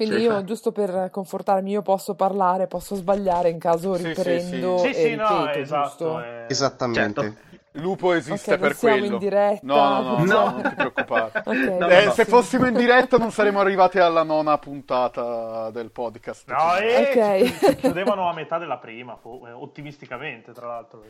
Quindi io, giusto per confortarmi, io posso parlare, posso sbagliare in caso riprendo e ripeto, no, esatto, giusto? Esattamente. Certo. Lupo esiste Ok, non per siamo quello. in diretta. No, No. non ti preoccupare. Ok, No, Se benissimo. fossimo in diretta non saremmo arrivati alla 9ª puntata del podcast. No, Ok. ci chiudevano a metà della prima, ottimisticamente, tra l'altro.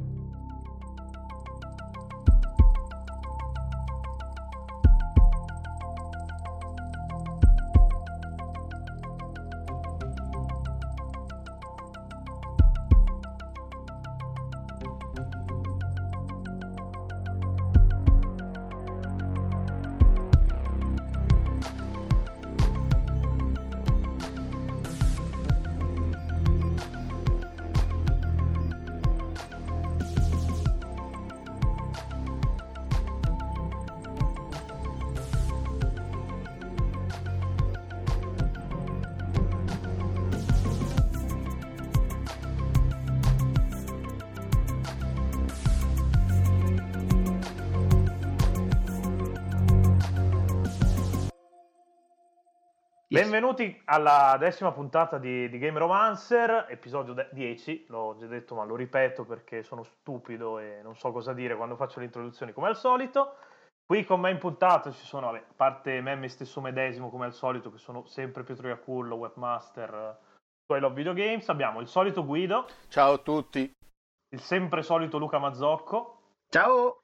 Benvenuti alla 10ª puntata di Game Romancer, episodio 10, l'ho già detto ma lo ripeto perché sono stupido e non so cosa dire quando faccio le introduzioni come al solito. Qui con me in puntata ci sono, a parte me stesso medesimo come al solito, che sono sempre Pietro Iacullo, webmaster su I Love Video Games, abbiamo il solito Guido. Ciao a tutti. Il sempre solito Luca Mazzocco. Ciao.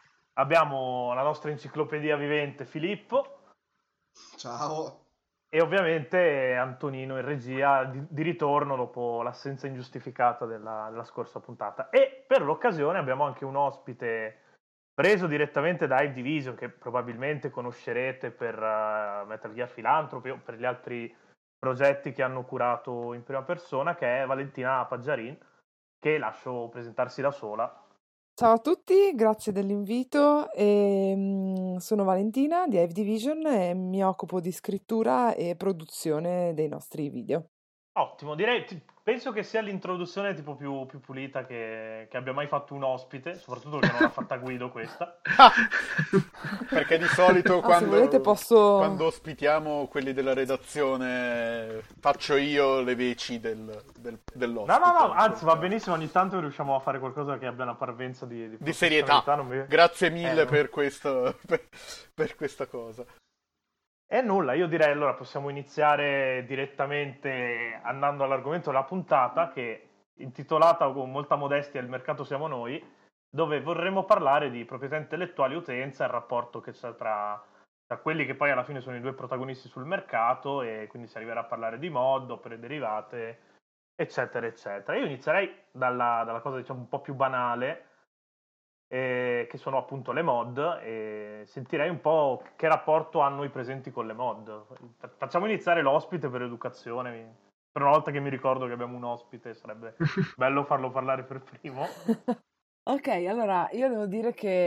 Abbiamo la nostra enciclopedia vivente Filippo. Ciao. E ovviamente Antonino in regia di ritorno dopo l'assenza ingiustificata della scorsa puntata. E per l'occasione abbiamo anche un ospite preso direttamente da Hive Division, che probabilmente conoscerete per Metal Gear Philanthropy o per gli altri progetti che hanno curato in prima persona, che è Valentina Paggiarin, che lascio presentarsi da sola. Ciao a tutti, grazie dell'invito. Sono Valentina di Hive Division e mi occupo di scrittura e produzione dei nostri video. Ottimo, direi, penso che sia l'introduzione tipo più pulita che abbia mai fatto un ospite, soprattutto perché non l'ha fatta Guido questa. Perché di solito se volete posso... quando ospitiamo quelli della redazione faccio io le veci dell'ospite. No, anzi va benissimo, ogni tanto riusciamo a fare qualcosa che abbia una parvenza di serietà. Grazie mille per questa cosa. E nulla, io direi allora possiamo iniziare direttamente andando all'argomento della puntata, che è intitolata con molta modestia Il mercato siamo noi, dove vorremmo parlare di proprietà intellettuali e utenza e il rapporto che c'è tra quelli che poi alla fine sono i due protagonisti sul mercato, e quindi si arriverà a parlare di mod, opere derivate, eccetera, eccetera. Io inizierei dalla cosa diciamo un po' più banale, che sono appunto le mod, e sentirei un po' che rapporto hanno i presenti con le mod. Facciamo iniziare l'ospite per educazione. Per una volta che mi ricordo che abbiamo un ospite sarebbe bello farlo parlare per primo. Ok, allora io devo dire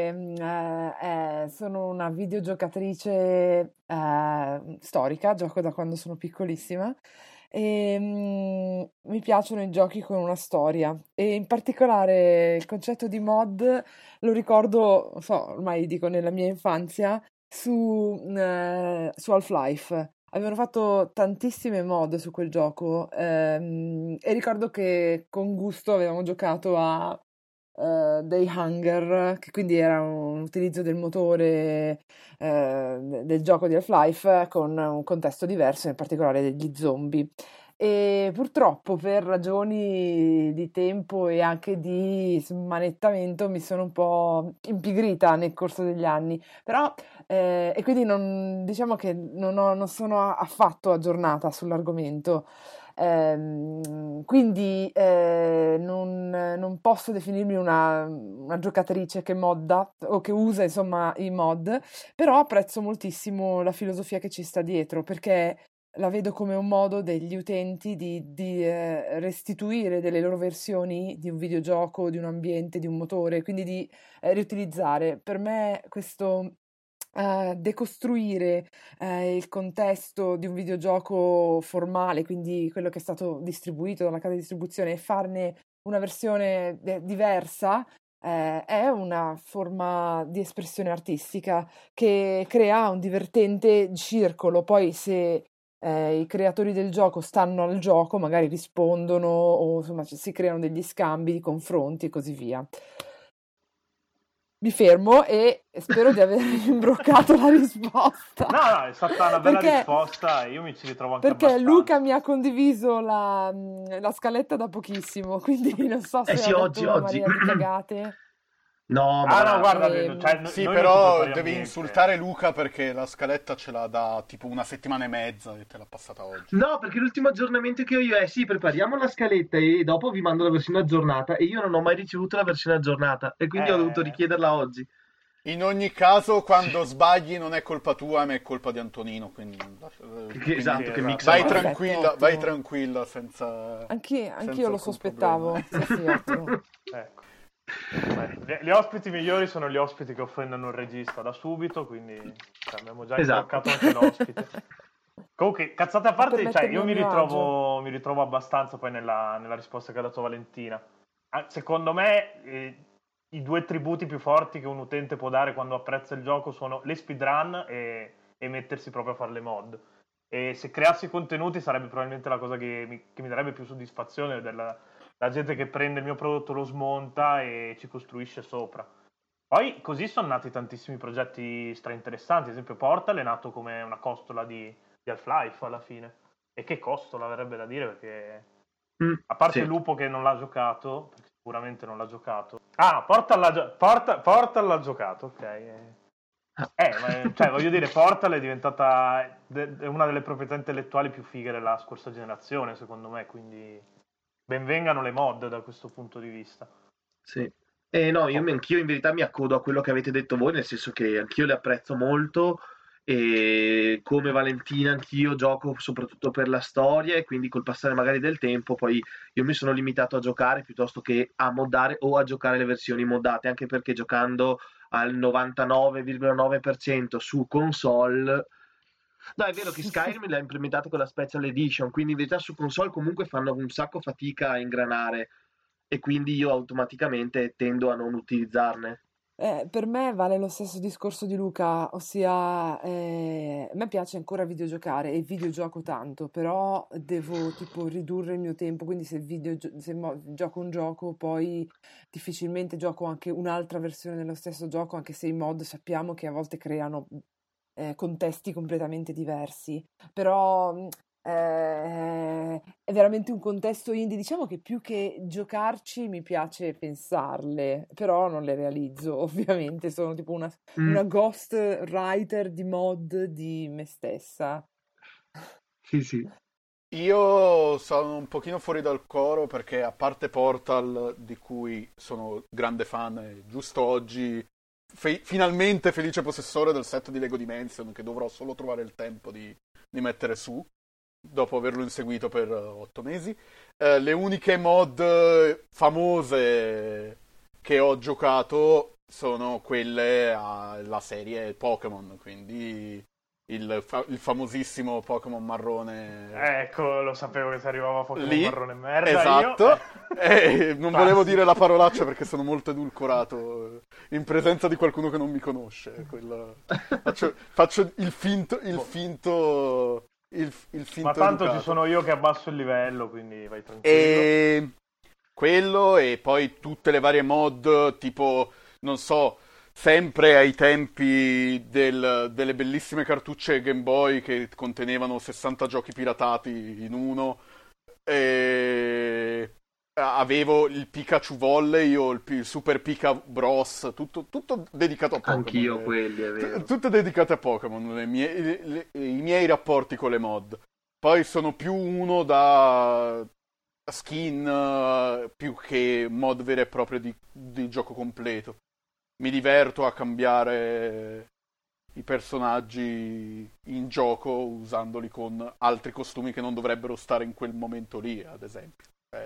che sono una videogiocatrice storica, gioco da quando sono piccolissima e mi piacciono i giochi con una storia e in particolare il concetto di mod lo ricordo, non so, ormai dico nella mia infanzia, su Half-Life. Avevano fatto tantissime mod su quel gioco e ricordo che con gusto avevamo giocato a Day Hunger, che quindi era un utilizzo del motore del gioco di Half-Life con un contesto diverso, in particolare degli zombie. E purtroppo per ragioni di tempo e anche di smanettamento mi sono un po' impigrita nel corso degli anni, però e quindi diciamo che non sono affatto aggiornata sull'argomento. Quindi non posso definirmi una giocatrice che modda o che usa insomma i mod, però apprezzo moltissimo la filosofia che ci sta dietro, perché la vedo come un modo degli utenti di restituire delle loro versioni di un videogioco, di un ambiente, di un motore, quindi di riutilizzare. Per me questo decostruire il contesto di un videogioco formale, quindi quello che è stato distribuito dalla casa di distribuzione, e farne una versione diversa, è una forma di espressione artistica che crea un divertente circolo. Poi se i creatori del gioco stanno al gioco, magari rispondono o insomma si creano degli scambi, di confronti e così via. Mi fermo e spero di aver imbroccato la risposta. No, è stata una bella risposta e io mi ci ritrovo anche perché abbastanza. Luca mi ha condiviso la scaletta da pochissimo, quindi non so se sì, ho oggi. detto una marea di cagate. No, guarda, sì, noi però non ci devi niente. insultare Luca perché la scaletta ce l'ha da tipo una settimana e mezza e te l'ha passata oggi. No, perché l'ultimo aggiornamento che ho io è sì, prepariamo la scaletta e dopo vi mando la versione aggiornata e io non ho mai ricevuto la versione aggiornata e quindi ho dovuto richiederla oggi. In ogni caso, quando sbagli non è colpa tua, ma è colpa di Antonino, quindi Esatto, che mixa vai male. tranquilla, vai tranquilla senza Anch'io lo sospettavo. Sì, ottimo. Ecco. Gli ospiti migliori sono gli ospiti che offendono il regista da subito, quindi abbiamo già imbroccato anche l'ospite. Comunque, cazzate a parte, io mi ritrovo abbastanza poi nella risposta che ha dato Valentina. Secondo me i due tributi più forti che un utente può dare quando apprezza il gioco sono le speedrun e mettersi proprio a fare le mod. E se creassi contenuti sarebbe probabilmente la cosa che mi darebbe più soddisfazione la gente che prende il mio prodotto, lo smonta e ci costruisce sopra. Poi così sono nati tantissimi progetti interessanti. Ad esempio Portal è nato come una costola di Half-Life alla fine. E che costola verrebbe da dire, perché a parte Lupo che non l'ha giocato, perché sicuramente non l'ha giocato. Portal l'ha giocato, ok. Voglio dire, Portal è diventata è una delle proprietà intellettuali più fighe della scorsa generazione, secondo me, quindi benvengano le mod da questo punto di vista. Sì. Anch'io in verità mi accodo a quello che avete detto voi, nel senso che anch'io le apprezzo molto e come Valentina anch'io gioco soprattutto per la storia e quindi col passare magari del tempo poi io mi sono limitato a giocare piuttosto che a moddare o a giocare le versioni moddate, anche perché giocando al 99,9% su console. No, è vero che Skyrim l'ha implementato con la Special Edition, quindi in verità su console comunque fanno un sacco fatica a ingranare e quindi io automaticamente tendo a non utilizzarne. Per me vale lo stesso discorso di Luca, ossia a me piace ancora videgiocare e videogioco tanto, però devo tipo ridurre il mio tempo, quindi se gioco un gioco poi difficilmente gioco anche un'altra versione dello stesso gioco, anche se i mod sappiamo che a volte creano contesti completamente diversi, però è veramente un contesto indie. Diciamo che più che giocarci mi piace pensarle, però non le realizzo, ovviamente. Sono tipo una ghost writer di mod di me stessa. Sì. Io sono un pochino fuori dal coro perché a parte Portal, di cui sono grande fan, e giusto oggi finalmente felice possessore del set di Lego Dimension che dovrò solo trovare il tempo di mettere su dopo averlo inseguito per 8 mesi. Le uniche mod famose che ho giocato sono quelle alla serie Pokémon, quindi il famosissimo Pokémon marrone. Ecco, lo sapevo che ti arrivava Pokémon lì, marrone merda. esatto. Non volevo dire la parolaccia perché sono molto edulcorato in presenza di qualcuno che non mi conosce. Faccio il finto ma tanto educato. ci sono io che abbasso il livello, quindi vai tranquillo. E quello e poi tutte le varie mod, tipo, non so, sempre ai tempi delle bellissime cartucce Game Boy che contenevano 60 giochi piratati in uno. E avevo il Pikachu Volley o il Super Pika Bros, tutto dedicato a Pokémon. Anch'io quelli, è vero. Tutte dedicate a Pokémon, i miei rapporti con le mod. Poi sono più uno da skin più che mod vere e proprie di gioco completo. Mi diverto a cambiare i personaggi in gioco usandoli con altri costumi che non dovrebbero stare in quel momento lì, ad esempio.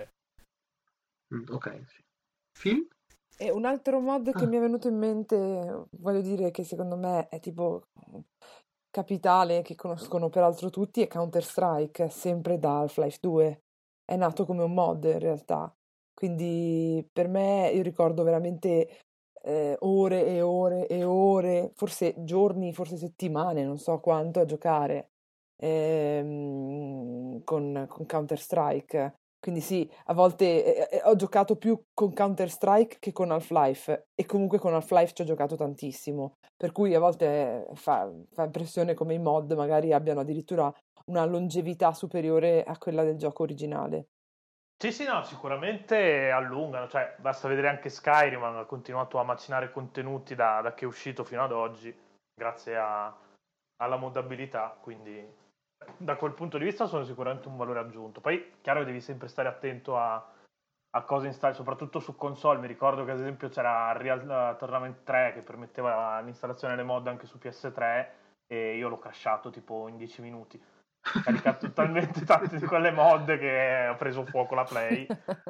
Ok, sì. Phil? E un altro mod che mi è venuto in mente, voglio dire che secondo me è tipo capitale, che conoscono peraltro tutti, è Counter-Strike, sempre da Half-Life 2. È nato come un mod in realtà. Quindi per me io ricordo veramente ore e ore e ore, forse giorni, forse settimane, non so quanto, a giocare. con Counter-Strike. Quindi sì, a volte ho giocato più con Counter-Strike che con Half-Life e comunque con Half-Life ci ho giocato tantissimo, per cui a volte fa impressione come i mod magari abbiano addirittura una longevità superiore a quella del gioco originale. Sì, sì, no, sicuramente allungano, cioè basta vedere anche Skyrim, ha continuato a macinare contenuti da che è uscito fino ad oggi, grazie alla modabilità, quindi da quel punto di vista sono sicuramente un valore aggiunto. Poi, chiaro che devi sempre stare attento a cosa installi, soprattutto su console. Mi ricordo che ad esempio c'era Real Tournament 3 che permetteva l'installazione delle mod anche su PS3 e io l'ho crashato tipo in 10 minuti. Ho caricato talmente tante di quelle mod che ho preso fuoco la Play.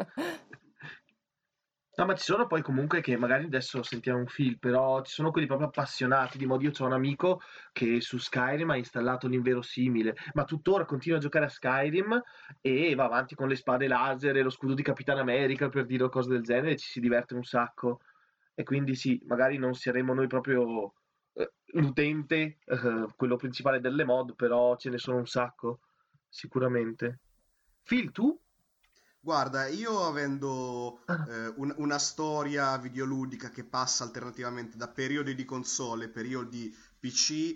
No, ma ci sono poi comunque che magari adesso sentiamo un film, però ci sono quelli proprio appassionati di mod. Io ho un amico che su Skyrim ha installato l'inverosimile, ma tuttora continua a giocare a Skyrim e va avanti con le spade laser e lo scudo di Capitan America per dire cose del genere, e ci si diverte un sacco. E quindi sì, magari non saremo noi proprio l'utente, quello principale delle mod, però ce ne sono un sacco, sicuramente. Phil, tu? Guarda, io avendo una storia videoludica che passa alternativamente da periodi di console e periodi PC,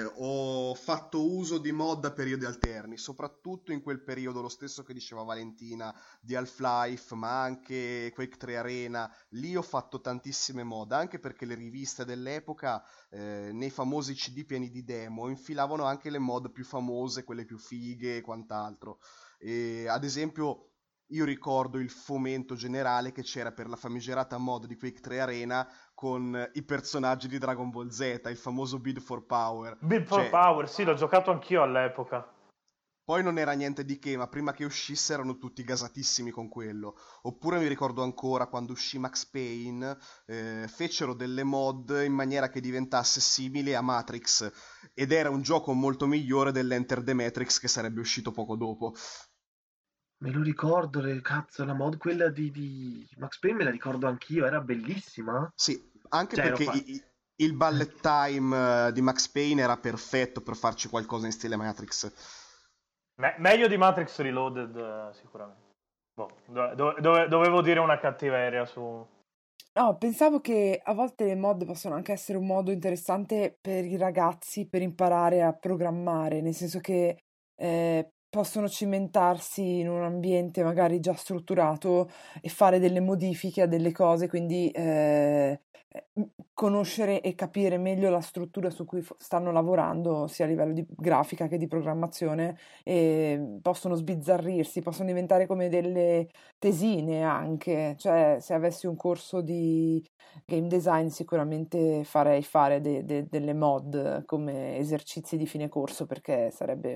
ho fatto uso di mod a periodi alterni, soprattutto in quel periodo, lo stesso che diceva Valentina, di Half-Life, ma anche Quake 3 Arena. Lì ho fatto tantissime mod, anche perché le riviste dell'epoca, nei famosi CD pieni di demo, infilavano anche le mod più famose, quelle più fighe e quant'altro. E, ad esempio, io ricordo il fomento generale che c'era per la famigerata mod di Quake 3 Arena con i personaggi di Dragon Ball Z, il famoso Bid for Power. Build for Cioè, Power, sì, l'ho giocato anch'io all'epoca. poi non era niente di che, ma prima che uscisse erano tutti gasatissimi con quello. Oppure mi ricordo ancora quando uscì Max Payne, fecero delle mod in maniera che diventasse simile a Matrix, ed era un gioco molto migliore dell'Enter the Matrix che sarebbe uscito poco dopo. Me lo ricordo, cazzo, la mod quella di Max Payne me la ricordo anch'io, era bellissima. Sì, anche Cioè, ero perché fa... il bullet time di Max Payne era perfetto per farci qualcosa in stile Matrix. Meglio di Matrix Reloaded, sicuramente. Boh, dovevo dire una cattiveria su... No, pensavo che a volte le mod possono anche essere un modo interessante per i ragazzi per imparare a programmare, nel senso che possono cimentarsi in un ambiente magari già strutturato e fare delle modifiche a delle cose, quindi conoscere e capire meglio la struttura su cui stanno lavorando, sia a livello di grafica che di programmazione, e possono sbizzarrirsi, possono diventare come delle tesine anche, cioè se avessi un corso di game design sicuramente farei fare delle mod come esercizi di fine corso perché sarebbe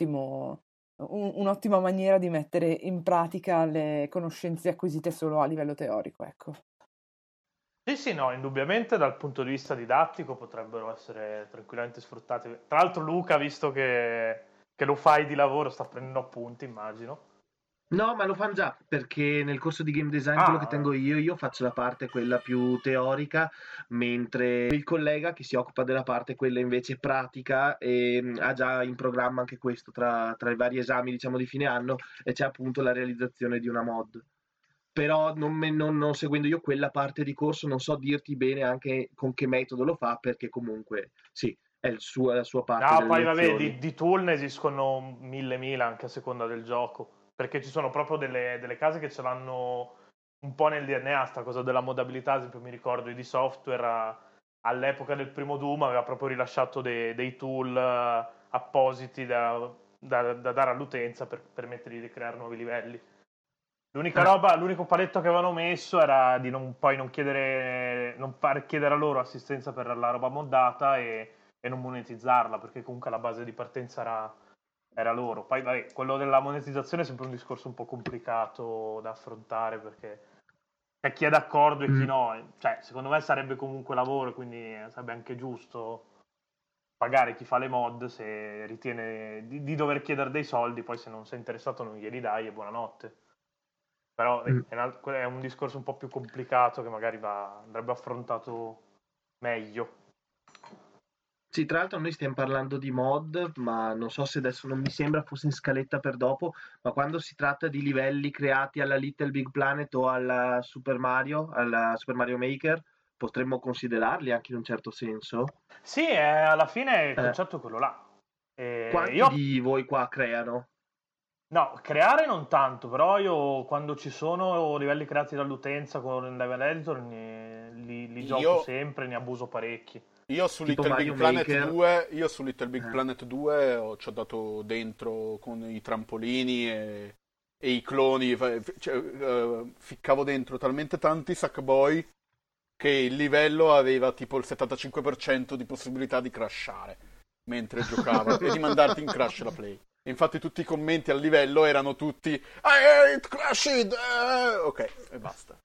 un'ottima maniera di mettere in pratica le conoscenze acquisite solo a livello teorico, ecco. Sì, sì, no, indubbiamente dal punto di vista didattico potrebbero essere tranquillamente sfruttati. Tra l'altro Luca, visto che lo fai di lavoro, sta prendendo appunti, immagino. No, ma lo fanno già, perché nel corso di game design, quello che Ah, tengo io faccio la parte quella più teorica, mentre il collega che si occupa della parte quella invece pratica ha già in programma anche questo tra i vari esami, diciamo, di fine anno, e c'è appunto la realizzazione di una mod. Però non seguendo io quella parte di corso non so dirti bene anche con che metodo lo fa, perché comunque sì, è la sua parte no, delle poi vabbè, lezioni. di tool ne esistono mille anche a seconda del gioco, perché ci sono proprio delle case che ce l'hanno un po' nel DNA, sta cosa della modabilità, ad esempio mi ricordo di Software all'epoca del primo Doom aveva proprio rilasciato dei tool appositi da dare all'utenza per permettergli di creare nuovi livelli. L'unica Ah, roba, l'unico paletto che avevano messo era di poi non far chiedere a loro assistenza per la roba moddata e non monetizzarla, perché comunque la base di partenza era loro. Poi vabbè, quello della monetizzazione è sempre un discorso un po' complicato da affrontare, perché c'è chi è d'accordo e chi mm. no. Cioè, secondo me sarebbe comunque lavoro, quindi sarebbe anche giusto pagare chi fa le mod se ritiene di dover chiedere dei soldi, poi se non sei interessato non glieli dai e buonanotte. Però Mm. è un discorso un po' più complicato che magari andrebbe affrontato meglio. Sì, tra l'altro noi stiamo parlando di mod, ma non so se adesso non mi sembra fosse in scaletta per dopo, ma quando si tratta di livelli creati alla Little Big Planet o alla Super Mario Maker, potremmo considerarli anche in un certo senso. Sì, alla fine il Eh, concetto è quello là. Quanti Io di voi qua creano? no, creare non tanto, però io quando ci sono livelli creati dall'utenza con il level editor li gioco Io, sempre, ne abuso parecchi. io su Tipo Little Big Mario Planet Maker? 2, io su Little Big Eh. Planet 2 ci ho dato dentro con i trampolini e i cloni, cioè, ficcavo dentro talmente tanti Sackboy che il livello aveva tipo il 75% di possibilità di crashare mentre giocava e di mandarti in crash la play. E infatti tutti i commenti al livello erano tutti it crashed! Ok, e basta.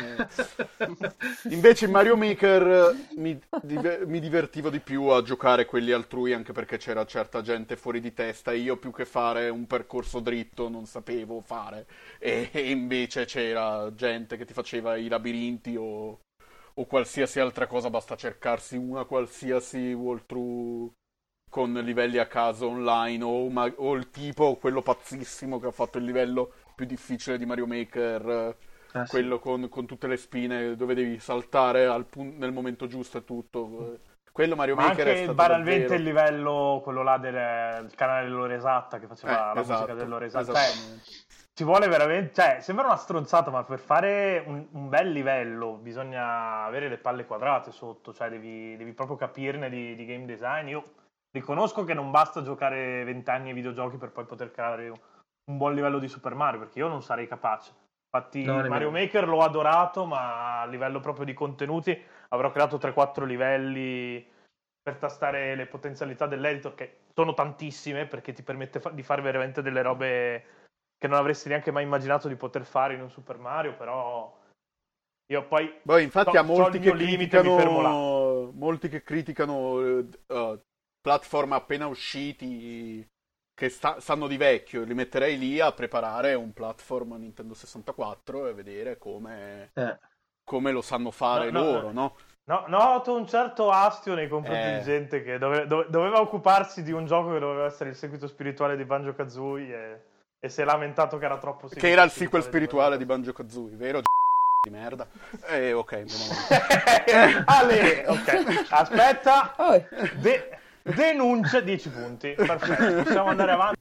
Invece in Mario Maker mi divertivo di più a giocare quelli altrui, anche perché c'era certa gente fuori di testa e io più che fare un percorso dritto non sapevo fare, e invece c'era gente che ti faceva i labirinti o qualsiasi altra cosa, basta cercarsi una qualsiasi walkthrough con livelli a caso online o il tipo, quello pazzissimo che ha fatto il livello più difficile di Mario Maker, Ah, sì. quello con tutte le spine dove devi saltare nel momento giusto e tutto. Quello Mario Ma Maker anche è stato banalmente davvero... il livello, quello là del canale dell'ora esatta che faceva la musica Esatto, dell'ora esatta. esattamente. Ci vuole veramente, cioè, sembra una stronzata, ma per fare un bel livello bisogna avere le palle quadrate sotto, cioè devi proprio capirne di game design. Io riconosco che non basta giocare 20 anni ai videogiochi per poi poter creare un buon livello di Super Mario, perché io non sarei capace. No, Infatti nemmeno Mario me. Maker l'ho adorato, ma a livello proprio di contenuti avrò creato 3-4 livelli per tastare le potenzialità dell'editor, che sono tantissime, perché ti permette di fare veramente delle robe che non avresti neanche mai immaginato di poter fare in un Super Mario, però io poi Poi infatti a so il molti mio che limite e mi fermo là. criticano platform appena usciti che sanno di vecchio, li metterei lì a preparare un platform Nintendo 64 e vedere Eh. come lo sanno No, fare no, loro, no? no, noto un certo astio nei confronti di Eh, gente che doveva occuparsi di un gioco che doveva essere il seguito spirituale di Banjo-Kazooie e si è lamentato che era troppo che seguito era il sequel spirituale spirituale di Banjo-Kazooie, vero? Di merda. Ok, andiamo avanti. Ale, ok, aspetta, Oh, denuncia 10 punti, perfetto, possiamo andare avanti.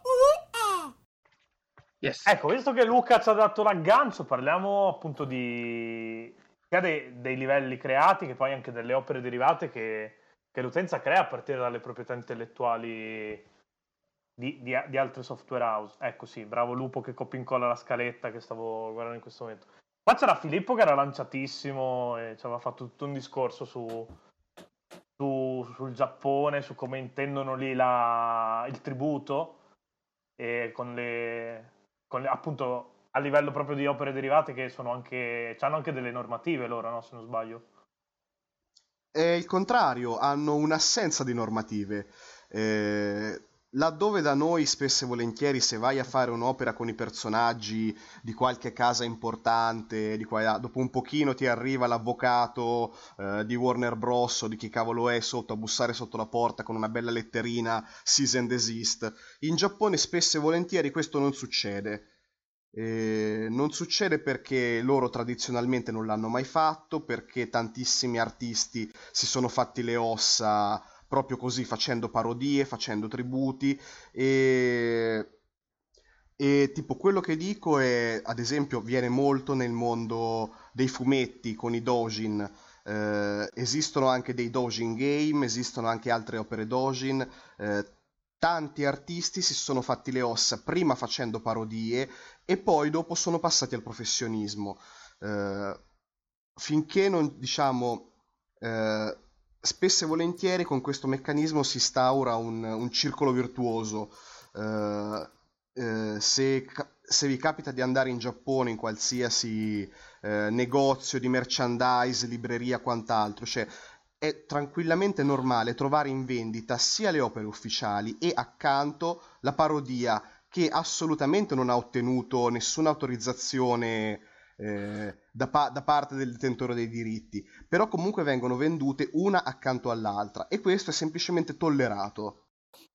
Yes. Ecco, visto che Luca ci ha dato l'aggancio, parliamo appunto sia dei livelli creati, che poi anche delle opere derivate che l'utenza crea a partire dalle proprietà intellettuali di altre software house. Ecco, sì, bravo Lupo che copia e incolla la scaletta che stavo guardando in questo momento. Qua c'era Filippo che era lanciatissimo e ci aveva fatto tutto un discorso sul Giappone, su come intendono lì il tributo, e appunto a livello proprio di opere derivate che hanno anche delle normative loro, no? Se non sbaglio. È il contrario, hanno un'assenza di normative. Laddove da noi spesso e volentieri se vai a fare un'opera con i personaggi di qualche casa importante, di qua e là, dopo un pochino ti arriva l'avvocato di Warner Bros. O di chi cavolo è sotto a bussare sotto la porta con una bella letterina cease and desist. In Giappone spesso e volentieri questo non succede. Non succede perché loro tradizionalmente non l'hanno mai fatto, perché tantissimi artisti si sono fatti le ossa proprio così, facendo parodie, facendo tributi e tipo quello che dico è, ad esempio, viene molto nel mondo dei fumetti con i doujin. Esistono anche dei doujin game, esistono anche altre opere doujin. Tanti artisti si sono fatti le ossa prima facendo parodie e poi dopo sono passati al professionismo. Finché non, diciamo, spesso e volentieri con questo meccanismo si instaura un circolo virtuoso. Se vi capita di andare in Giappone in qualsiasi negozio di merchandise, libreria, quant'altro, cioè è tranquillamente normale trovare in vendita sia le opere ufficiali e accanto la parodia che assolutamente non ha ottenuto nessuna autorizzazione da parte del detentore dei diritti, però comunque vengono vendute una accanto all'altra e questo è semplicemente tollerato.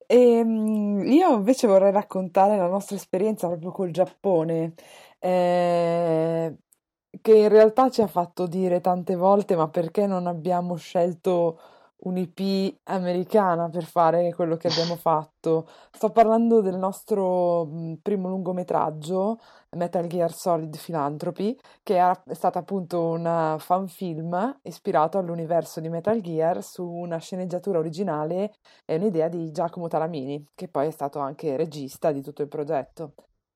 Io invece vorrei raccontare la nostra esperienza proprio col Giappone, eh, che in realtà ci ha fatto dire tante volte, ma perché non abbiamo scelto un'IP americana per fare quello che abbiamo fatto? Sto parlando del nostro primo lungometraggio, Metal Gear Solid Philanthropy, che è stata appunto un fanfilm ispirato all'universo di Metal Gear su una sceneggiatura originale è un'idea di Giacomo Talamini, che poi è stato anche regista di tutto il progetto.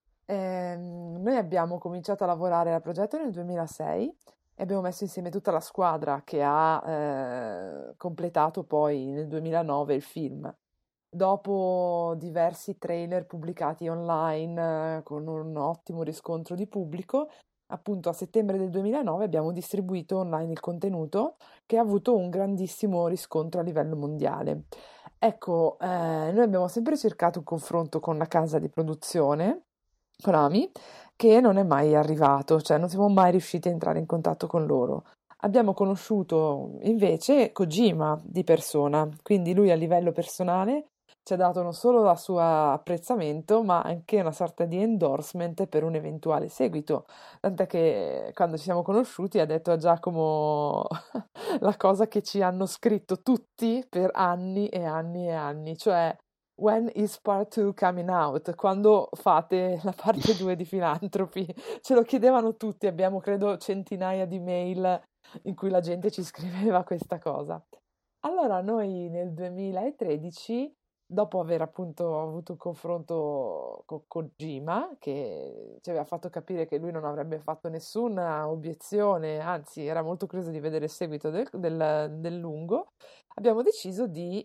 Noi abbiamo cominciato a lavorare al progetto nel 2006 e abbiamo messo insieme tutta la squadra che ha completato poi nel 2009 il film. Dopo diversi trailer pubblicati online con un ottimo riscontro di pubblico, appunto a settembre del 2009 abbiamo distribuito online il contenuto che ha avuto un grandissimo riscontro a livello mondiale. Ecco, noi abbiamo sempre cercato un confronto con la casa di produzione, Konami, che non è mai arrivato, cioè non siamo mai riusciti a entrare in contatto con loro. Abbiamo conosciuto invece Kojima di persona, quindi lui a livello personale ci ha dato non solo il suo apprezzamento, ma anche una sorta di endorsement per un eventuale seguito. Tant'è che quando ci siamo conosciuti ha detto a Giacomo la cosa che ci hanno scritto tutti per anni e anni e anni, cioè When is part 2 coming out? Quando fate la parte 2 di Filantropi? Ce lo chiedevano tutti, abbiamo credo centinaia di mail in cui la gente ci scriveva questa cosa. Allora noi nel 2013, dopo aver appunto avuto un confronto con Kojima, che ci aveva fatto capire che lui non avrebbe fatto nessuna obiezione, anzi era molto curioso di vedere il seguito del lungo, abbiamo deciso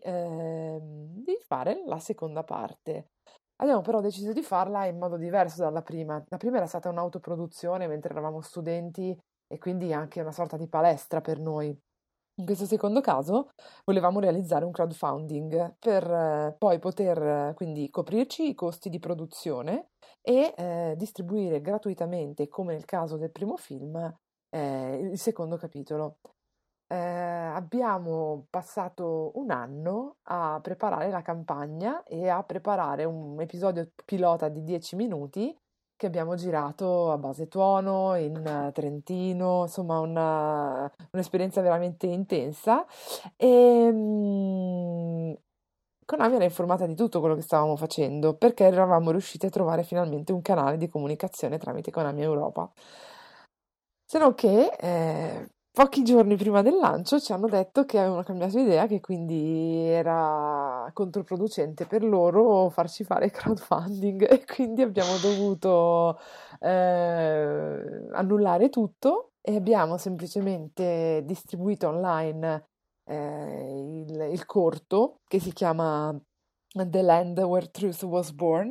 di fare la seconda parte. Abbiamo però deciso di farla in modo diverso dalla prima. La prima era stata un'autoproduzione mentre eravamo studenti e quindi anche una sorta di palestra per noi. In questo secondo caso volevamo realizzare un crowdfunding per poi poter quindi coprirci i costi di produzione e distribuire gratuitamente, come nel caso del primo film, il secondo capitolo. Abbiamo passato un anno a preparare la campagna e a preparare un episodio pilota di 10 minuti che abbiamo girato a base tuono, in Trentino, insomma un'esperienza veramente intensa. E Konami era informata di tutto quello che stavamo facendo perché eravamo riusciti a trovare finalmente un canale di comunicazione tramite Konami Europa. Se non che pochi giorni prima del lancio ci hanno detto che avevano cambiato idea, che quindi era controproducente per loro farci fare crowdfunding e quindi abbiamo dovuto annullare tutto e abbiamo semplicemente distribuito online il corto che si chiama The Land Where Truth Was Born.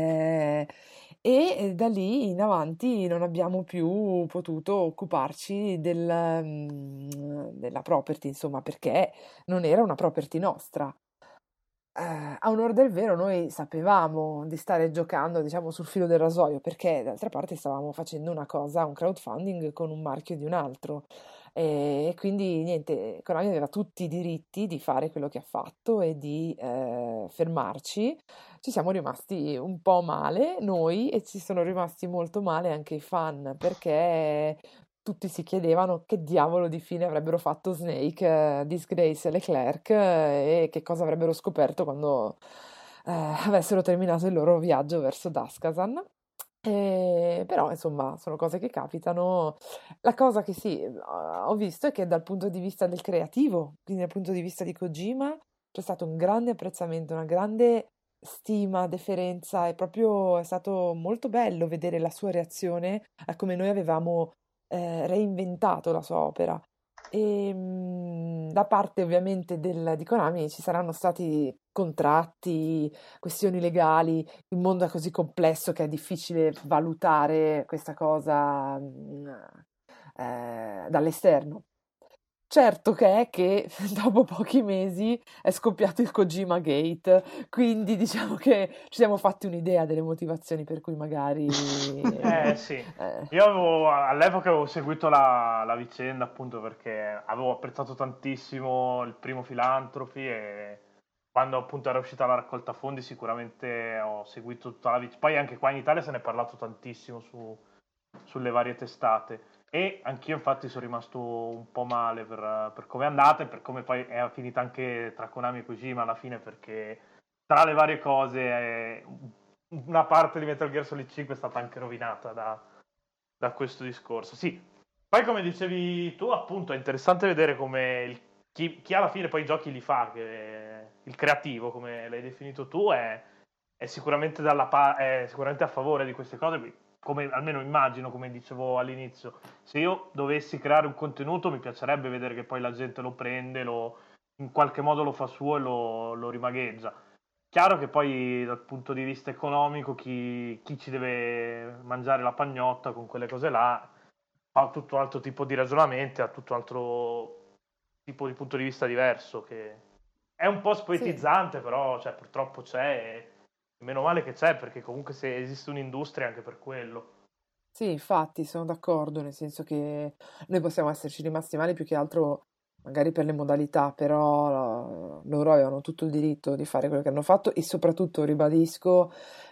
Da lì in avanti non abbiamo più potuto occuparci della property, insomma, perché non era una property nostra. A onor del vero, noi sapevamo di stare giocando, diciamo, sul filo del rasoio, perché d'altra parte stavamo facendo una cosa, un crowdfunding con un marchio di un altro. E quindi niente, Konami aveva tutti i diritti di fare quello che ha fatto e di fermarci. Ci siamo rimasti un po' male noi e ci sono rimasti molto male anche i fan, perché tutti si chiedevano che diavolo di fine avrebbero fatto Snake, Disgrace e Leclerc e che cosa avrebbero scoperto quando avessero terminato il loro viaggio verso Daskasan. Però insomma sono cose che capitano. La cosa che sì, ho visto è che dal punto di vista del creativo, quindi dal punto di vista di Kojima, c'è stato un grande apprezzamento, una grande stima, deferenza, è stato molto bello vedere la sua reazione a come noi avevamo reinventato la sua opera. Da parte ovviamente di Konami ci saranno stati contratti, questioni legali, il mondo è così complesso che è difficile valutare questa cosa dall'esterno. Certo che è che dopo pochi mesi è scoppiato il Kojima Gate, quindi diciamo che ci siamo fatti un'idea delle motivazioni per cui magari... Sì, io all'epoca avevo seguito la vicenda appunto perché avevo apprezzato tantissimo il primo Filantropi e quando appunto era uscita la raccolta fondi sicuramente ho seguito tutta la vicenda. Poi anche qua in Italia se ne è parlato tantissimo sulle varie testate e anch'io infatti sono rimasto un po' male per come è andata e per come poi è finita anche tra Konami e Kojima alla fine perché tra le varie cose una parte di Metal Gear Solid 5 è stata anche rovinata da questo discorso. Sì, poi come dicevi tu appunto è interessante vedere come chi alla fine poi i giochi li fa, che il creativo come l'hai definito tu è sicuramente, è sicuramente a favore di queste cose, come almeno immagino, come dicevo all'inizio. Se io dovessi creare un contenuto mi piacerebbe vedere che poi la gente lo prende, in qualche modo lo fa suo e lo rimagheggia. Chiaro che poi dal punto di vista economico chi ci deve mangiare la pagnotta con quelle cose là ha tutto un altro tipo di ragionamenti, ha tutto un altro tipo di punto di vista diverso che è un po' Sì. spoetizzante, però cioè, purtroppo c'è e meno male che c'è perché comunque se esiste un'industria anche per quello. Sì, infatti sono d'accordo, nel senso che noi possiamo esserci rimasti male più che altro magari per le modalità, però loro avevano tutto il diritto di fare quello che hanno fatto e soprattutto, ribadisco,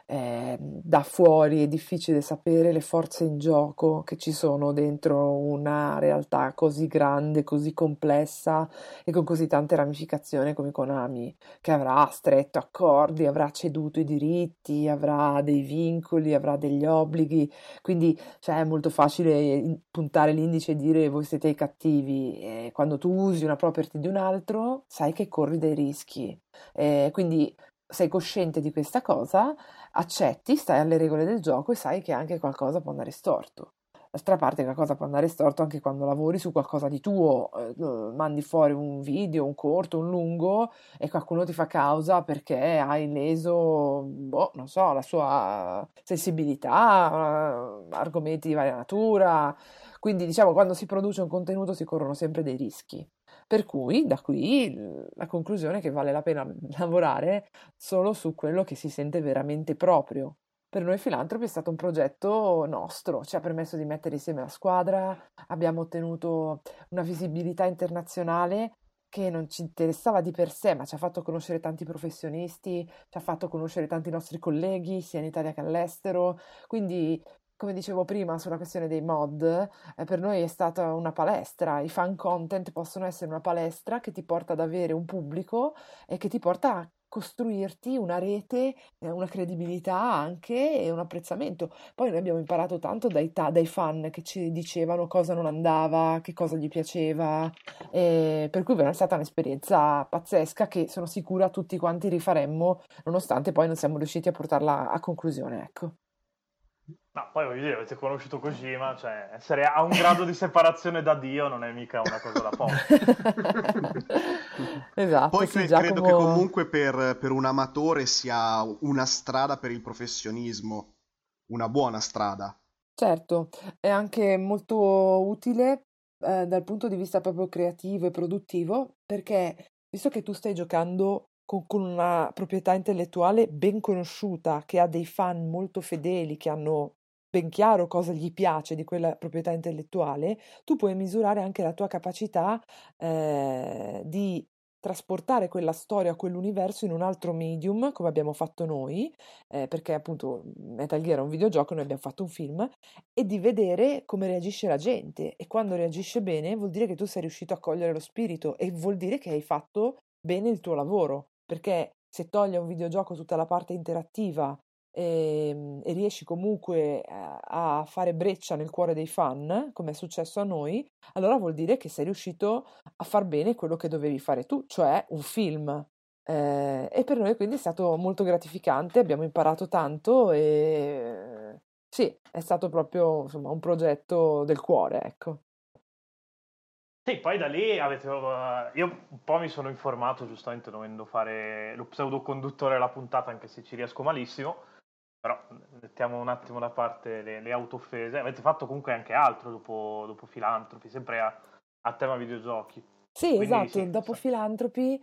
da fuori è difficile sapere le forze in gioco che ci sono dentro una realtà così grande, così complessa e con così tante ramificazioni come Konami, che avrà stretto accordi, avrà ceduto i diritti, avrà dei vincoli, avrà degli obblighi. Quindi cioè, è molto facile puntare l'indice e dire voi siete i cattivi. E quando tu usi una property di un altro, sai che corri dei rischi. Quindi sei cosciente di questa cosa, accetti, stai alle regole del gioco e sai che anche qualcosa può andare storto. D'altra parte qualcosa può andare storto anche quando lavori su qualcosa di tuo, mandi fuori un video, un corto, un lungo e qualcuno ti fa causa perché hai leso, boh, non so, la sua sensibilità, argomenti di varia natura. Quindi, diciamo, quando si produce un contenuto si corrono sempre dei rischi. Per cui, da qui la conclusione è che vale la pena lavorare solo su quello che si sente veramente proprio. Per noi Filantropi è stato un progetto nostro, ci ha permesso di mettere insieme la squadra, abbiamo ottenuto una visibilità internazionale che non ci interessava di per sé, ma ci ha fatto conoscere tanti professionisti, ci ha fatto conoscere tanti nostri colleghi, sia in Italia che all'estero. Quindi, come dicevo prima sulla questione dei mod, per noi è stata una palestra. I fan content possono essere una palestra che ti porta ad avere un pubblico e che ti porta a costruirti una rete, una credibilità anche e un apprezzamento. Poi noi abbiamo imparato tanto dai fan che ci dicevano cosa non andava, che cosa gli piaceva, per cui è stata un'esperienza pazzesca che sono sicura tutti quanti rifaremmo, nonostante poi non siamo riusciti a portarla a conclusione, ecco. Ma poi voglio dire, avete conosciuto Kojima, cioè essere a un grado di separazione da Dio non è mica una cosa da poco. Esatto, Poi sì, credo che Giacomo. comunque per un amatore sia una strada per il professionismo, una buona strada. Certo, è anche molto utile dal punto di vista proprio creativo e produttivo, perché visto che tu stai giocando con una proprietà intellettuale ben conosciuta, che ha dei fan molto fedeli, che hanno ben chiaro cosa gli piace di quella proprietà intellettuale, tu puoi misurare anche la tua capacità di trasportare quella storia, quell'universo in un altro medium, come abbiamo fatto noi, perché appunto Metal Gear è un videogioco, noi abbiamo fatto un film, e di vedere come reagisce la gente. E quando reagisce bene vuol dire che tu sei riuscito a cogliere lo spirito e vuol dire che hai fatto bene il tuo lavoro, perché se togli a un videogioco tutta la parte interattiva e riesci comunque a fare breccia nel cuore dei fan, come è successo a noi, allora vuol dire che sei riuscito a far bene quello che dovevi fare tu, cioè un film. E per noi quindi è stato molto gratificante, abbiamo imparato tanto e sì, è stato proprio insomma, un progetto del cuore, ecco. Sì, poi da lì io un po' mi sono informato, giustamente dovendo fare lo pseudoconduttore alla puntata, anche se ci riesco malissimo, però mettiamo un attimo da parte le autooffese. Avete fatto comunque anche altro dopo Filantropi, sempre a tema videogiochi. Sì, Quindi esatto, sì, dopo Philanthropy,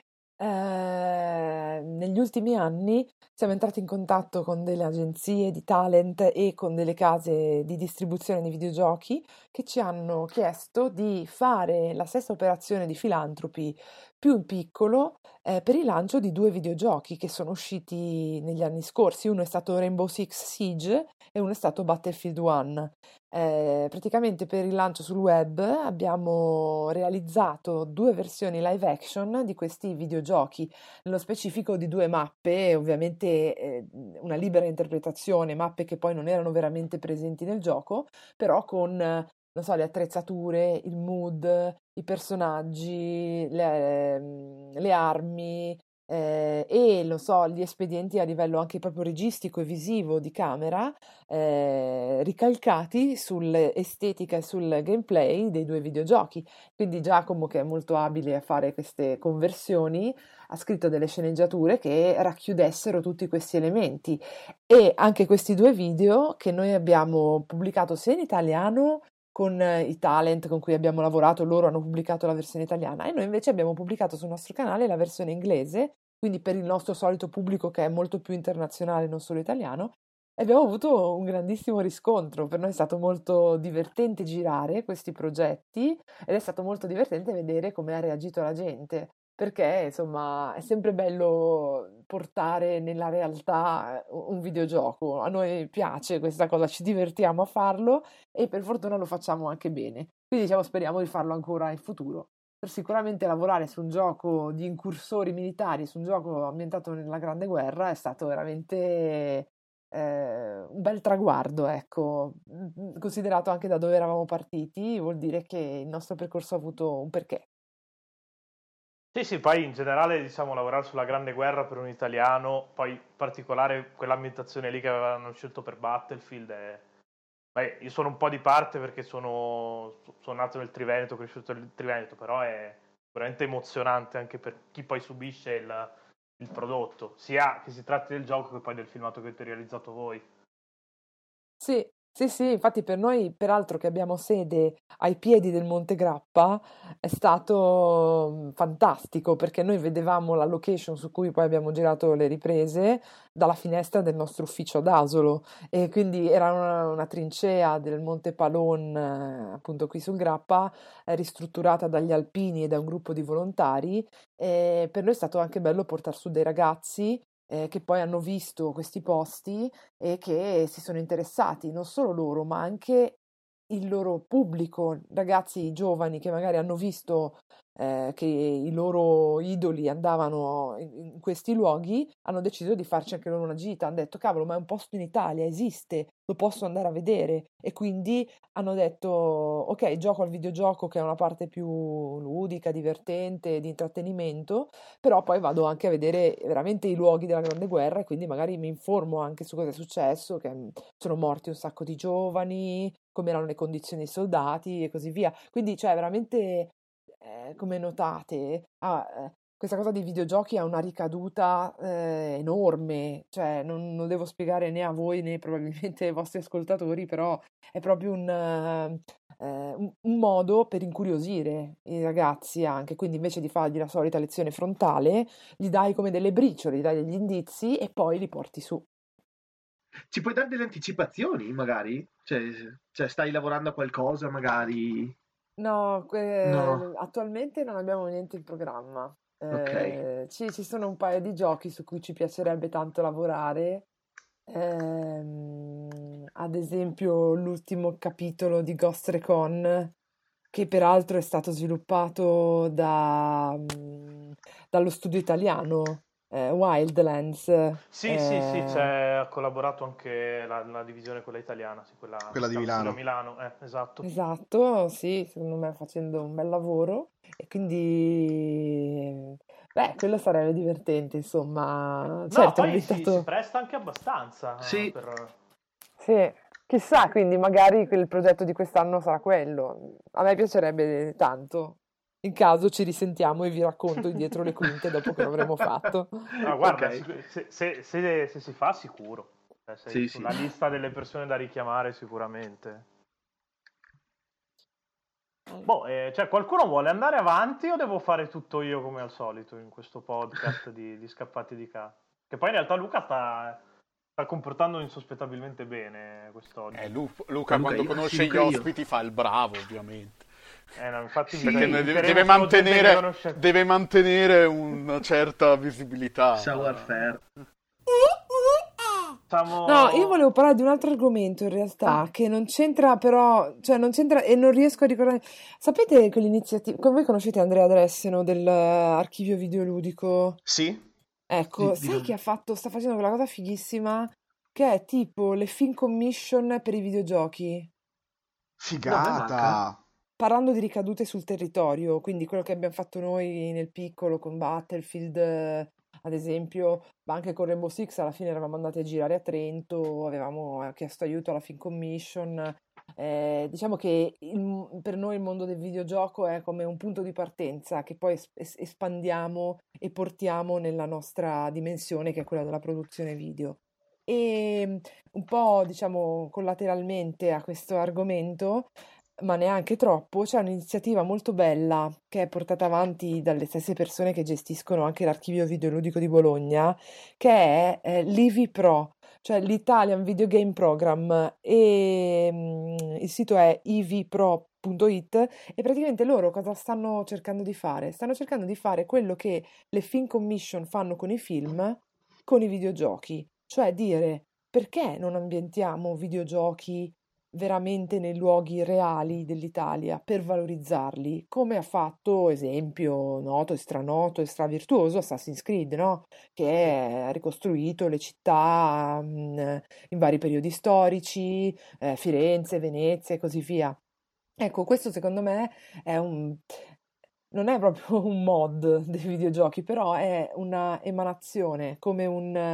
negli ultimi anni siamo entrati in contatto con delle agenzie di talent e con delle case di distribuzione di videogiochi che ci hanno chiesto di fare la stessa operazione di Philanthropy più in piccolo, per il lancio di due videogiochi che sono usciti negli anni scorsi. Uno è stato Rainbow Six Siege e uno è stato Battlefield 1. Praticamente per il lancio sul web abbiamo realizzato due versioni live action di questi videogiochi, nello specifico di due mappe, ovviamente una libera interpretazione, mappe che poi non erano veramente presenti nel gioco, però con, non so, le attrezzature, il mood, i personaggi, le armi. E lo so, gli espedienti a livello anche proprio registico e visivo di camera, ricalcati sull'estetica e sul gameplay dei due videogiochi. Quindi Giacomo, che è molto abile a fare queste conversioni, ha scritto delle sceneggiature che racchiudessero tutti questi elementi. E anche questi due video che noi abbiamo pubblicato sia in italiano con i talent con cui abbiamo lavorato, loro hanno pubblicato la versione italiana e noi invece abbiamo pubblicato sul nostro canale la versione inglese, quindi per il nostro solito pubblico che è molto più internazionale, non solo italiano. E abbiamo avuto un grandissimo riscontro. Per noi è stato molto divertente girare questi progetti ed è stato molto divertente vedere come ha reagito la gente, perché insomma è sempre bello portare nella realtà un videogioco. A noi piace questa cosa, ci divertiamo a farlo e per fortuna lo facciamo anche bene. Quindi diciamo speriamo di farlo ancora in futuro. Per sicuramente lavorare su un gioco di incursori militari, su un gioco ambientato nella Grande Guerra è stato veramente un bel traguardo, ecco. Considerato anche da dove eravamo partiti, vuol dire che il nostro percorso ha avuto un perché. Sì, sì, poi in generale, diciamo, lavorare sulla Grande Guerra per un italiano, poi in particolare quell'ambientazione lì che avevano scelto per Battlefield. Beh, io sono un po' di parte perché sono nato nel Triveneto, cresciuto nel Triveneto, però è veramente emozionante anche per chi poi subisce il prodotto, sia che si tratti del gioco che poi del filmato che avete realizzato voi. Sì, sì, sì, infatti per noi, peraltro che abbiamo sede ai piedi del Monte Grappa, è stato fantastico perché noi vedevamo la location su cui poi abbiamo girato le riprese dalla finestra del nostro ufficio ad Asolo e quindi era una trincea del Monte Palon, appunto qui sul Grappa, ristrutturata dagli alpini e da un gruppo di volontari e per noi è stato anche bello portare su dei ragazzi che poi hanno visto questi posti e che si sono interessati, non solo loro, ma anche il loro pubblico, ragazzi giovani che magari hanno visto che i loro idoli andavano in questi luoghi, hanno deciso di farci anche loro una gita, hanno detto cavolo, ma è un posto in Italia, esiste, lo posso andare a vedere e quindi hanno detto ok, gioco al videogioco che è una parte più ludica, divertente, di intrattenimento, però poi vado anche a vedere veramente i luoghi della Grande Guerra e quindi magari mi informo anche su cosa è successo, che sono morti un sacco di giovani, come erano le condizioni dei soldati e così via. Quindi, cioè, veramente, come notate, questa cosa dei videogiochi ha una ricaduta enorme, cioè non devo spiegare né a voi né probabilmente ai vostri ascoltatori, però è proprio un modo per incuriosire i ragazzi anche, quindi invece di fargli la solita lezione frontale, gli dai come delle briciole, gli dai degli indizi e poi li porti su. Ci puoi dare delle anticipazioni, magari? Cioè, stai lavorando a qualcosa, magari? No, No. attualmente non abbiamo niente in programma. Ok. Ci sono un paio di giochi su cui ci piacerebbe tanto lavorare. Ad esempio l'ultimo capitolo di Ghost Recon, che peraltro è stato sviluppato dallo studio italiano, Wildlands. Sì, sì, sì, ha collaborato anche la divisione quella italiana, sì, quella Quella di sta allo studio a Milano. Milano, esatto. Esatto, sì, secondo me facendo un bel lavoro e quindi, beh, quello sarebbe divertente, insomma. No, Certo, è poi si ambientato. presta anche abbastanza Sì, per... Sì, chissà, quindi magari il progetto di quest'anno sarà quello. A me piacerebbe tanto. In caso ci risentiamo e vi racconto il dietro le quinte dopo che l'avremo fatto. Ah, guarda, ok. se si fa, sicuro. Sei Sì, sì. sulla lista delle persone da richiamare sicuramente. Cioè, qualcuno vuole andare avanti o devo fare tutto io come al solito in questo podcast di Scappati di Casa? Che poi in realtà Luca sta comportando insospettabilmente bene quest'oggi. Luca quando conosce gli ospiti fa il bravo, ovviamente. No, infatti Perché deve mantenere una certa visibilità. Savoir-faire. No, io volevo parlare di un altro argomento in realtà che non c'entra però, cioè non c'entra e non riesco a ricordare. Sapete quell'iniziativa, voi conoscete Andrea Dresseno dell'archivio videoludico? Sì? Ecco, sai che sta facendo quella cosa fighissima che è tipo le film commission per i videogiochi, Figata! parlando di ricadute sul territorio, quindi quello che abbiamo fatto noi nel piccolo con Battlefield, ad esempio, ma anche con Rainbow Six alla fine eravamo andati a girare a Trento, avevamo chiesto aiuto alla film commission. Diciamo che per noi il mondo del videogioco è come un punto di partenza che poi espandiamo e portiamo nella nostra dimensione che è quella della produzione video. E un po', diciamo, collateralmente a questo argomento, ma neanche troppo, c'è un'iniziativa molto bella che è portata avanti dalle stesse persone che gestiscono anche l'archivio videoludico di Bologna, che è l'IVI Pro, cioè l'Italian Video Game Program, e il sito è ivpro.it e praticamente loro cosa stanno cercando di fare? Stanno cercando di fare quello che le film commission fanno con i film, con i videogiochi, cioè dire perché non ambientiamo videogiochi veramente nei luoghi reali dell'Italia per valorizzarli, come ha fatto, esempio, noto e stranoto e stravirtuoso Assassin's Creed, no? Che ha ricostruito le città in vari periodi storici, Firenze, Venezia e così via. Ecco, questo secondo me è non è proprio un mod dei videogiochi, però è una emanazione, come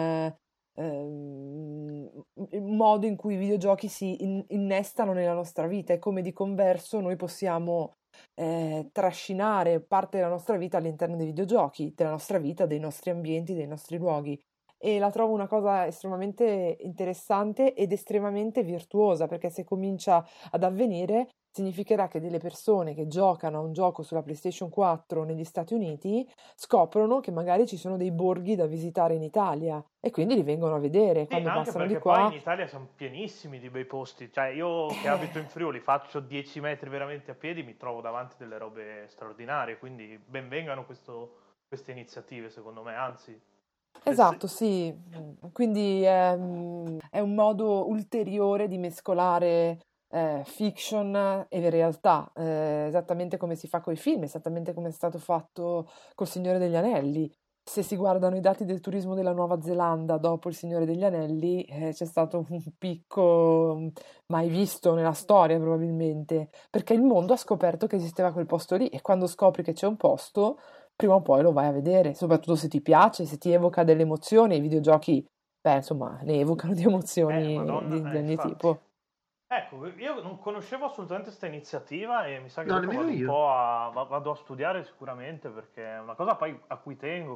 un modo in cui i videogiochi si innestano nella nostra vita e come di converso noi possiamo trascinare parte della nostra vita all'interno dei videogiochi, della nostra vita, dei nostri ambienti, dei nostri luoghi. E la trovo una cosa estremamente interessante ed estremamente virtuosa, perché se comincia ad avvenire significherà che delle persone che giocano a un gioco sulla PlayStation 4 negli Stati Uniti scoprono che magari ci sono dei borghi da visitare in Italia e quindi li vengono a vedere. Sì, quando anche passano di perché poi qua. in Italia siamo pienissimi di bei posti. Cioè, io che abito in Friuli, faccio 10 metri veramente a piedi, mi trovo davanti delle robe straordinarie. Quindi ben vengano queste iniziative, secondo me. Anzi, Esatto, sì. Quindi è un modo ulteriore di mescolare fiction e realtà, esattamente come si fa con i film, esattamente come è stato fatto col Signore degli Anelli. Se si guardano i dati del turismo della Nuova Zelanda dopo il Signore degli Anelli, c'è stato un picco mai visto nella storia probabilmente, perché il mondo ha scoperto che esisteva quel posto lì e quando scopri che c'è un posto prima o poi lo vai a vedere, soprattutto se ti piace, se ti evoca delle emozioni, i videogiochi, beh, insomma, ne evocano di emozioni Madonna, di ogni infatti. tipo. Ecco, io non conoscevo assolutamente questa iniziativa e mi sa che No, dopo nemmeno vado un io. po' vado a studiare sicuramente perché è una cosa poi a cui tengo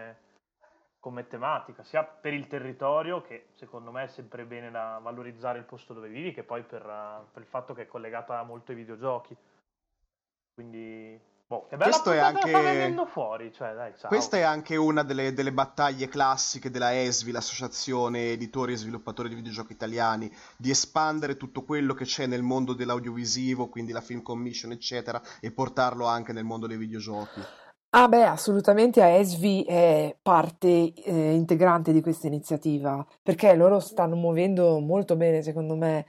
come tematica, sia per il territorio, che secondo me è sempre bene da valorizzare il posto dove vivi, che poi per il fatto che è collegata molto ai videogiochi. Quindi, che bella Questo è puntata sta anche... venendo fuori, cioè dai, ciao. Questa è anche una delle battaglie classiche della ESVI, l'Associazione Editori e Sviluppatori di Videogiochi Italiani, di espandere tutto quello che c'è nel mondo dell'audiovisivo, quindi la film commission, eccetera, e portarlo anche nel mondo dei videogiochi. Ah beh, assolutamente AESVI è parte integrante di questa iniziativa, perché loro stanno muovendo molto bene, secondo me,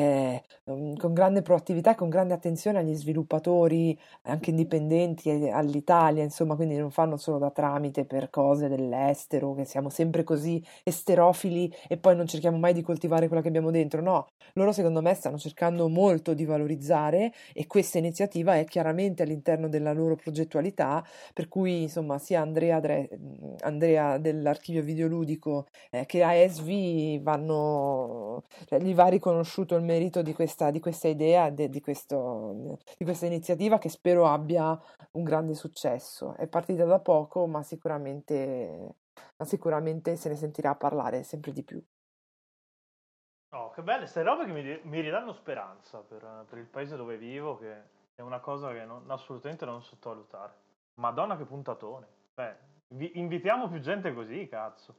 con grande proattività e con grande attenzione agli sviluppatori, anche indipendenti, all'Italia, insomma, quindi non fanno solo da tramite per cose dell'estero, che siamo sempre così esterofili e poi non cerchiamo mai di coltivare quello che abbiamo dentro, no, loro secondo me stanno cercando molto di valorizzare e questa iniziativa è chiaramente all'interno della loro progettualità, per cui insomma sia Andrea dell'archivio videoludico che AESVI gli va riconosciuto il merito di questa idea, di questa iniziativa che spero abbia un grande successo. È partita da poco, ma sicuramente se ne sentirà parlare sempre di più. Oh, che belle queste robe che mi ridanno speranza per il paese dove vivo, che è una cosa che assolutamente non sottovalutare. Madonna che puntatone. Invitiamo più gente così, cazzo.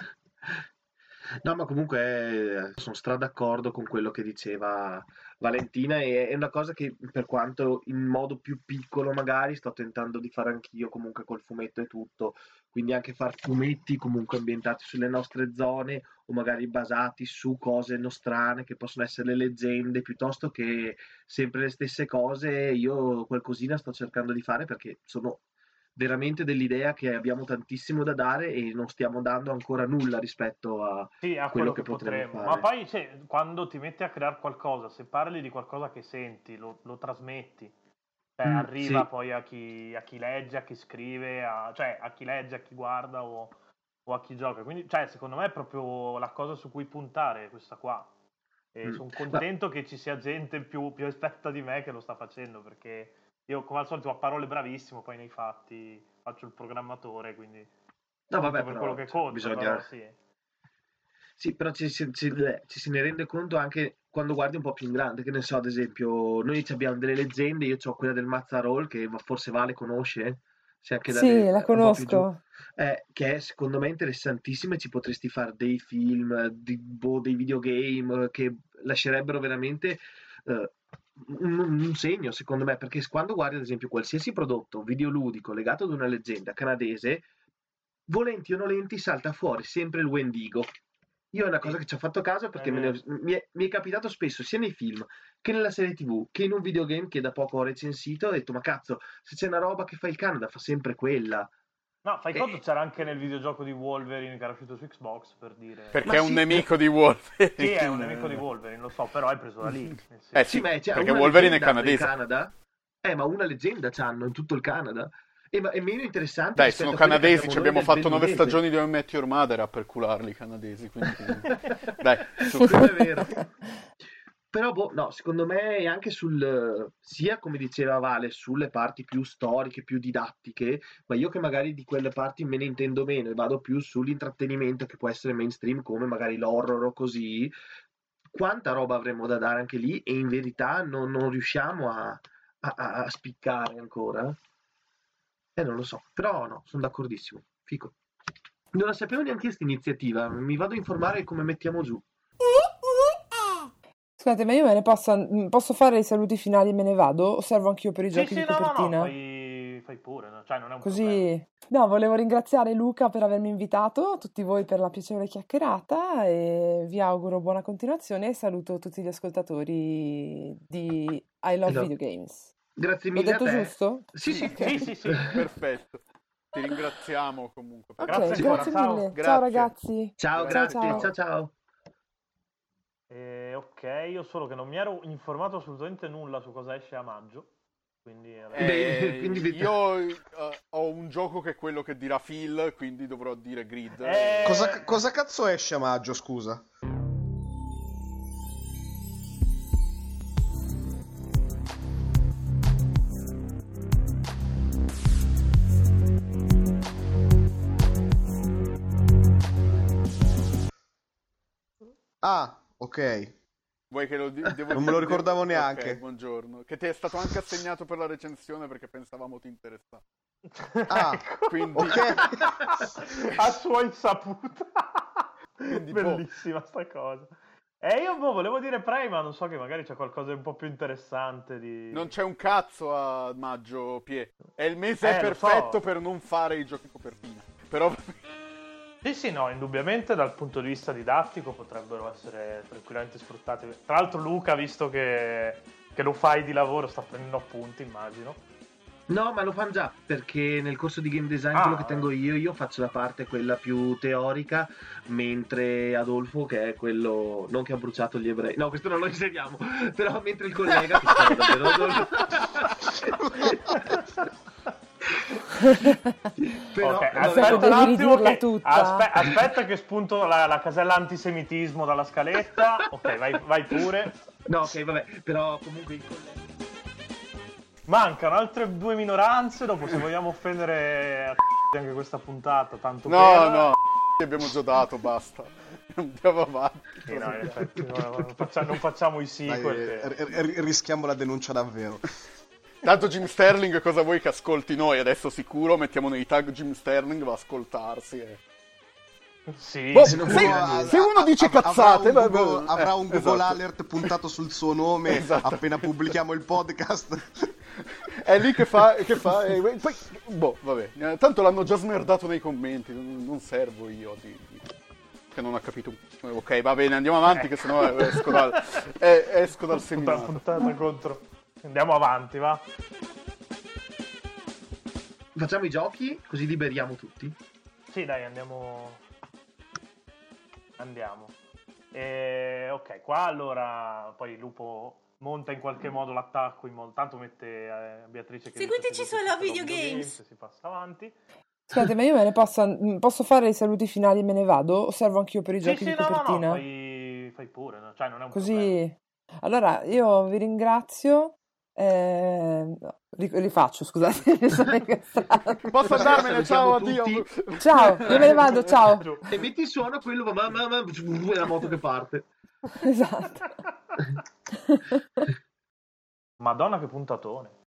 No, ma comunque sono d'accordo con quello che diceva Valentina e è una cosa che per quanto in modo più piccolo magari sto tentando di fare anch'io comunque col fumetto e tutto, quindi anche far fumetti comunque ambientati sulle nostre zone o magari basati su cose nostrane che possono essere le leggende piuttosto che sempre le stesse cose, io qualcosina sto cercando di fare perché sono veramente dell'idea che abbiamo tantissimo da dare e non stiamo dando ancora nulla rispetto a Sì, a quello quello che che potremmo potremmo. fare. Ma poi, quando ti metti a creare qualcosa, se parli di qualcosa che senti, lo trasmetti. Arriva Sì. poi a chi legge, a chi scrive, a chi legge, a chi guarda o a chi gioca. Quindi, secondo me è proprio la cosa su cui puntare questa qua. E sono Ma contento che ci sia gente più esperta di me che lo sta facendo, perché io, come al solito, a parole bravissimo, poi nei fatti faccio il programmatore, quindi no, conto vabbè, per quello però che cioè, conto, bisogna. però sì. Sì, però ci se ne rende conto anche quando guardi un po' più in grande, che ne so, ad esempio, noi ci abbiamo delle leggende, io ho quella del Mazzarol, che forse Vale conosce, se anche Sì, la un po' più giù, conosco. che è secondo me interessantissima e ci potresti fare dei film, dei videogame, che lascerebbero veramente eh, un segno, secondo me, perché quando guardi, ad esempio, qualsiasi prodotto videoludico legato ad una leggenda canadese, volenti o nolenti salta fuori sempre il Wendigo. Io è una cosa che ci ho fatto caso È perché vero. mi è capitato spesso sia nei film che nella serie TV che in un videogame che da poco ho recensito. Ho detto, ma cazzo, se c'è una roba che fa il Canada, fa sempre quella. No, fai conto E- c'era anche nel videogioco di Wolverine che era uscito su Xbox, per dire. Perché ma è un sì, nemico di Wolverine. Sì, è un nemico di Wolverine, lo so, però è preso da lì. Nel senso. sì, ma c'è perché una Wolverine è leggenda del canadese. Canada. Ma una leggenda c'hanno in tutto il Canada. Ma è meno interessante Dai, rispetto sono a quelle che canadesi, ci abbiamo abbiamo noi del fatto 9 Bellunese. stagioni di How I Met Your Mother a percularli i canadesi, quindi dai, su. Quello è vero. Però, no, secondo me è anche sia come diceva Vale, sulle parti più storiche, più didattiche, ma io che magari di quelle parti me ne intendo meno e vado più sull'intrattenimento che può essere mainstream, come magari l'horror o così, quanta roba avremmo da dare anche lì e in verità non riusciamo a spiccare ancora. Non lo so, però no, sono d'accordissimo. Fico. Non la sapevo neanche questa iniziativa, mi vado a informare come mettiamo giù. Scusate, ma io me ne posso fare i saluti finali e me ne vado? O servo anch'io per i Sì, giochi di no, copertina? fai pure, no? Cioè non è un problema. Così, no, volevo ringraziare Luca per avermi invitato, tutti voi per la piacevole chiacchierata e vi auguro buona continuazione e saluto tutti gli ascoltatori di I Love Allora, Video Games. grazie L'ho mille a detto te. giusto? Sì. Ok. Sì. Perfetto. Ti ringraziamo comunque. Ok, Grazie ancora, grazie ciao. mille. Grazie. Ciao ragazzi. Ciao, Grazie. grazie. Ciao. Ok, io solo che non mi ero informato assolutamente nulla su cosa esce a maggio. Quindi quindi io ho un gioco che è quello che dirà Phil, quindi dovrò dire Grid. Cosa cazzo esce a maggio, scusa? Ah, ok. Vuoi che devo Non me lo ricordavo neanche. Ok, buongiorno. Che ti è stato anche assegnato per la recensione perché pensavamo ti interessasse. Ah, Quindi ok. a sua insaputa. Quindi, Bellissima sta cosa. E io volevo dire Prey, ma non so che magari c'è qualcosa di un po' più interessante di... non c'è un cazzo a maggio, Pie. È il mese Lo perfetto so. per non fare i giochi copertina. Però Sì, no, indubbiamente dal punto di vista didattico potrebbero essere tranquillamente sfruttati. Tra l'altro Luca, visto che lo fai di lavoro, sta prendendo appunti, immagino. No, ma lo fanno già, perché nel corso di game design, Ah, quello che tengo io faccio la parte quella più teorica, mentre Adolfo, che è quello, non che ha bruciato gli ebrei, no, questo non lo insegniamo, però mentre il collega, che stava davvero Adolfo... Però, Ok, vabbè, aspetta un devi attimo ridirla che... tutta. Aspetta che spunto la casella antisemitismo dalla scaletta. Ok, vai pure. no, ok, vabbè, però comunque il collega... Mancano altre 2 minoranze, dopo se vogliamo offendere anche questa puntata, tanto no, abbiamo già dato, basta. Andiamo avanti. Sì, no, in effetti, non facciamo i Dai, sequel. rischiamo la denuncia davvero. Tanto Jim Sterling, cosa vuoi che ascolti noi? Adesso sicuro mettiamo nei tag Jim Sterling, va a ascoltarsi. Sì, Boh, se non se- vuoi se dire. uno dice cazzate, avrà un Google esatto. Alert puntato sul suo nome Esatto. appena pubblichiamo il podcast. È lì che fa poi, boh, vabbè, tanto l'hanno già smerdato nei commenti, non servo io che non ha capito. Ok, va bene, andiamo avanti, che sennò esco dal seminato. Puntata contro. Andiamo avanti, va. Facciamo i giochi, così liberiamo tutti. Sì, dai, andiamo. Ok, qua allora poi il lupo monta in qualche modo l'attacco, tanto mette Beatrice che Seguiteci dice su Love Love Video Games. si passa avanti. Scusate, ma io me ne posso fare i saluti finali e me ne vado? O servo anch'io per i giochi di No, copertina? fai pure, no? Cioè non è un problema. Così. Allora, io vi ringrazio. Rifaccio, scusate. sono incastrata. Posso andarmene, ciao, Salutiamo addio. tutti. Ciao, io me ne vado, ciao. E metti il suono, quello va è la moto che parte. Esatto. Madonna che puntatone.